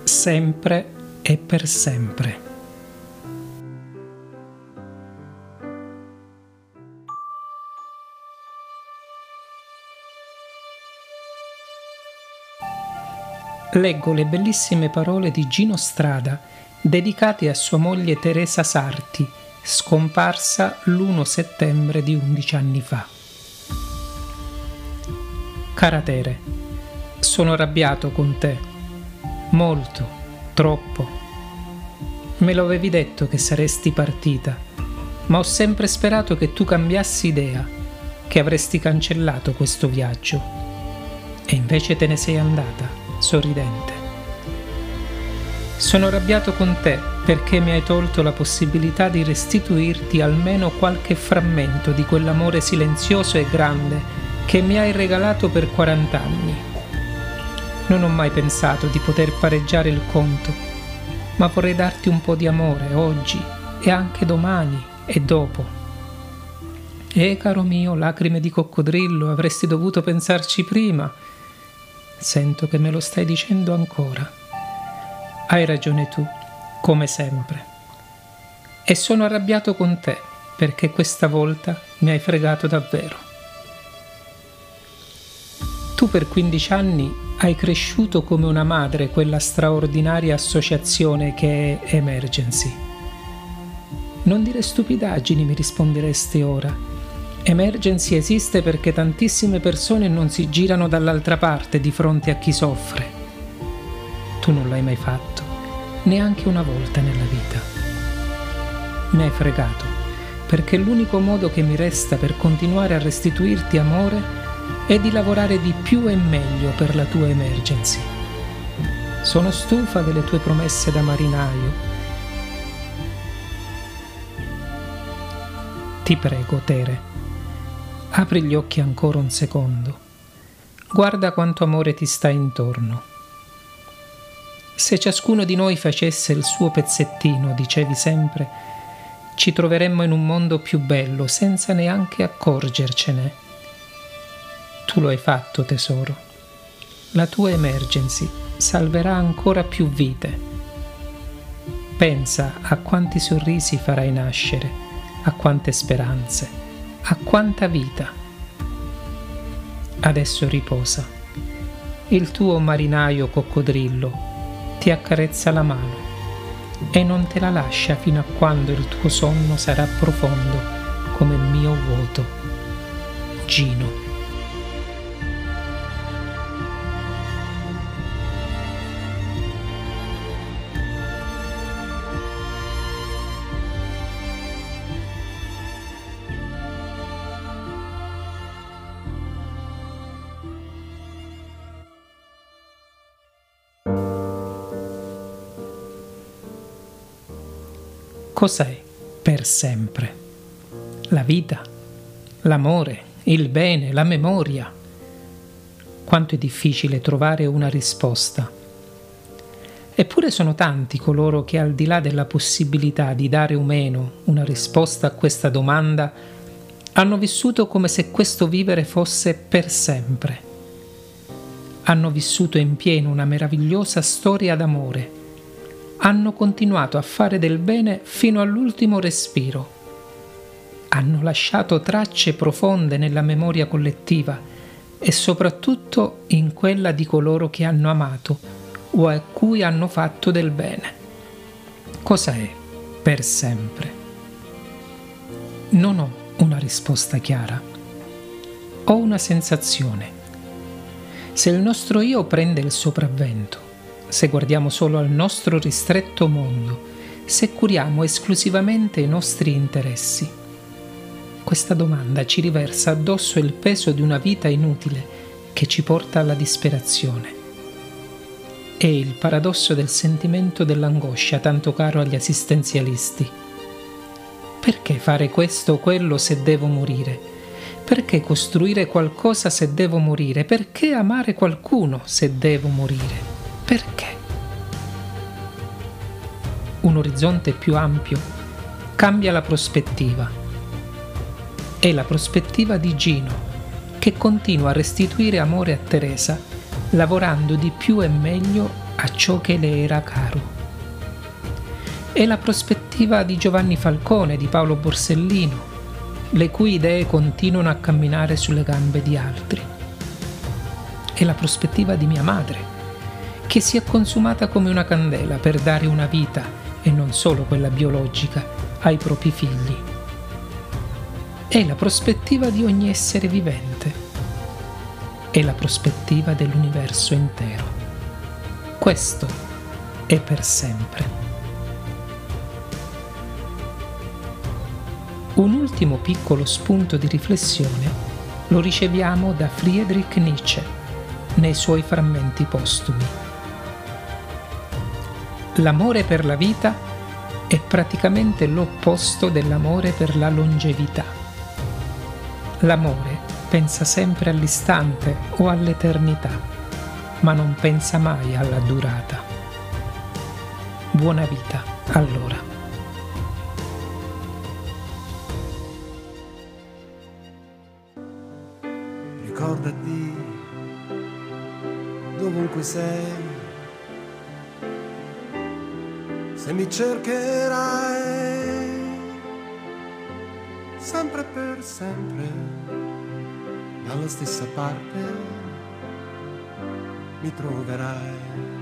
sempre e per sempre. Leggo le bellissime parole di Gino Strada dedicate a sua moglie Teresa Sarti, scomparsa l'1 settembre di 11 anni fa. Cara Tere, sono arrabbiato con te, molto, troppo. Me lo avevi detto che saresti partita, ma ho sempre sperato che tu cambiassi idea, che avresti cancellato questo viaggio. E invece te ne sei andata, sorridente. Sono arrabbiato con te perché mi hai tolto la possibilità di restituirti almeno qualche frammento di quell'amore silenzioso e grande che mi hai regalato per 40 anni. Non ho mai pensato di poter pareggiare il conto, ma vorrei darti un po' di amore oggi e anche domani e dopo. Caro mio, lacrime di coccodrillo, avresti dovuto pensarci prima. Sento che me lo stai dicendo ancora. Hai ragione tu, come sempre. E sono arrabbiato con te, perché questa volta mi hai fregato davvero. Tu per 15 anni hai cresciuto come una madre quella straordinaria associazione che è Emergency. Non dire stupidaggini, mi risponderesti ora. Emergency esiste perché tantissime persone non si girano dall'altra parte di fronte a chi soffre. Tu non l'hai mai fatto, neanche una volta nella vita. Mi hai fregato, perché l'unico modo che mi resta per continuare a restituirti amore è di lavorare di più e meglio per la tua Emergency. Sono stufa delle tue promesse da marinaio. Ti prego, Tere, apri gli occhi ancora un secondo. Guarda quanto amore ti sta intorno. Se ciascuno di noi facesse il suo pezzettino, dicevi sempre, ci troveremmo in un mondo più bello senza neanche accorgercene. Tu lo hai fatto, tesoro. La tua Emergency salverà ancora più vite. Pensa a quanti sorrisi farai nascere, a quante speranze, a quanta vita. Adesso riposa. Il tuo marinaio coccodrillo ti accarezza la mano e non te la lascia fino a quando il tuo sonno sarà profondo come il mio vuoto. Gino. Cos'è per sempre? La vita, l'amore, il bene, la memoria. Quanto è difficile trovare una risposta. Eppure sono tanti coloro che, al di là della possibilità di dare o meno una risposta a questa domanda, hanno vissuto come se questo vivere fosse per sempre. Hanno vissuto in pieno una meravigliosa storia d'amore. Hanno continuato a fare del bene fino all'ultimo respiro. Hanno lasciato tracce profonde nella memoria collettiva e soprattutto in quella di coloro che hanno amato o a cui hanno fatto del bene. Cosa è per sempre? Non ho una risposta chiara. Ho una sensazione. Se il nostro io prende il sopravvento, se guardiamo solo al nostro ristretto mondo, se curiamo esclusivamente i nostri interessi. Questa domanda ci riversa addosso il peso di una vita inutile che ci porta alla disperazione. È il paradosso del sentimento dell'angoscia tanto caro agli assistenzialisti. Perché fare questo o quello se devo morire? Perché costruire qualcosa se devo morire? Perché amare qualcuno se devo morire? Perché? Un orizzonte più ampio cambia la prospettiva. È la prospettiva di Gino, che continua a restituire amore a Teresa, lavorando di più e meglio a ciò che le era caro. È la prospettiva di Giovanni Falcone, di Paolo Borsellino, le cui idee continuano a camminare sulle gambe di altri. È la prospettiva di mia madre, che si è consumata come una candela per dare una vita, e non solo quella biologica, ai propri figli. È la prospettiva di ogni essere vivente. È la prospettiva dell'universo intero. Questo è per sempre. Un ultimo piccolo spunto di riflessione lo riceviamo da Friedrich Nietzsche nei suoi frammenti postumi. L'amore per la vita è praticamente l'opposto dell'amore per la longevità. L'amore pensa sempre all'istante o all'eternità, ma non pensa mai alla durata. Buona vita, allora. Ricordati, dovunque sei, se mi cercherai, sempre per sempre, dalla stessa parte mi troverai.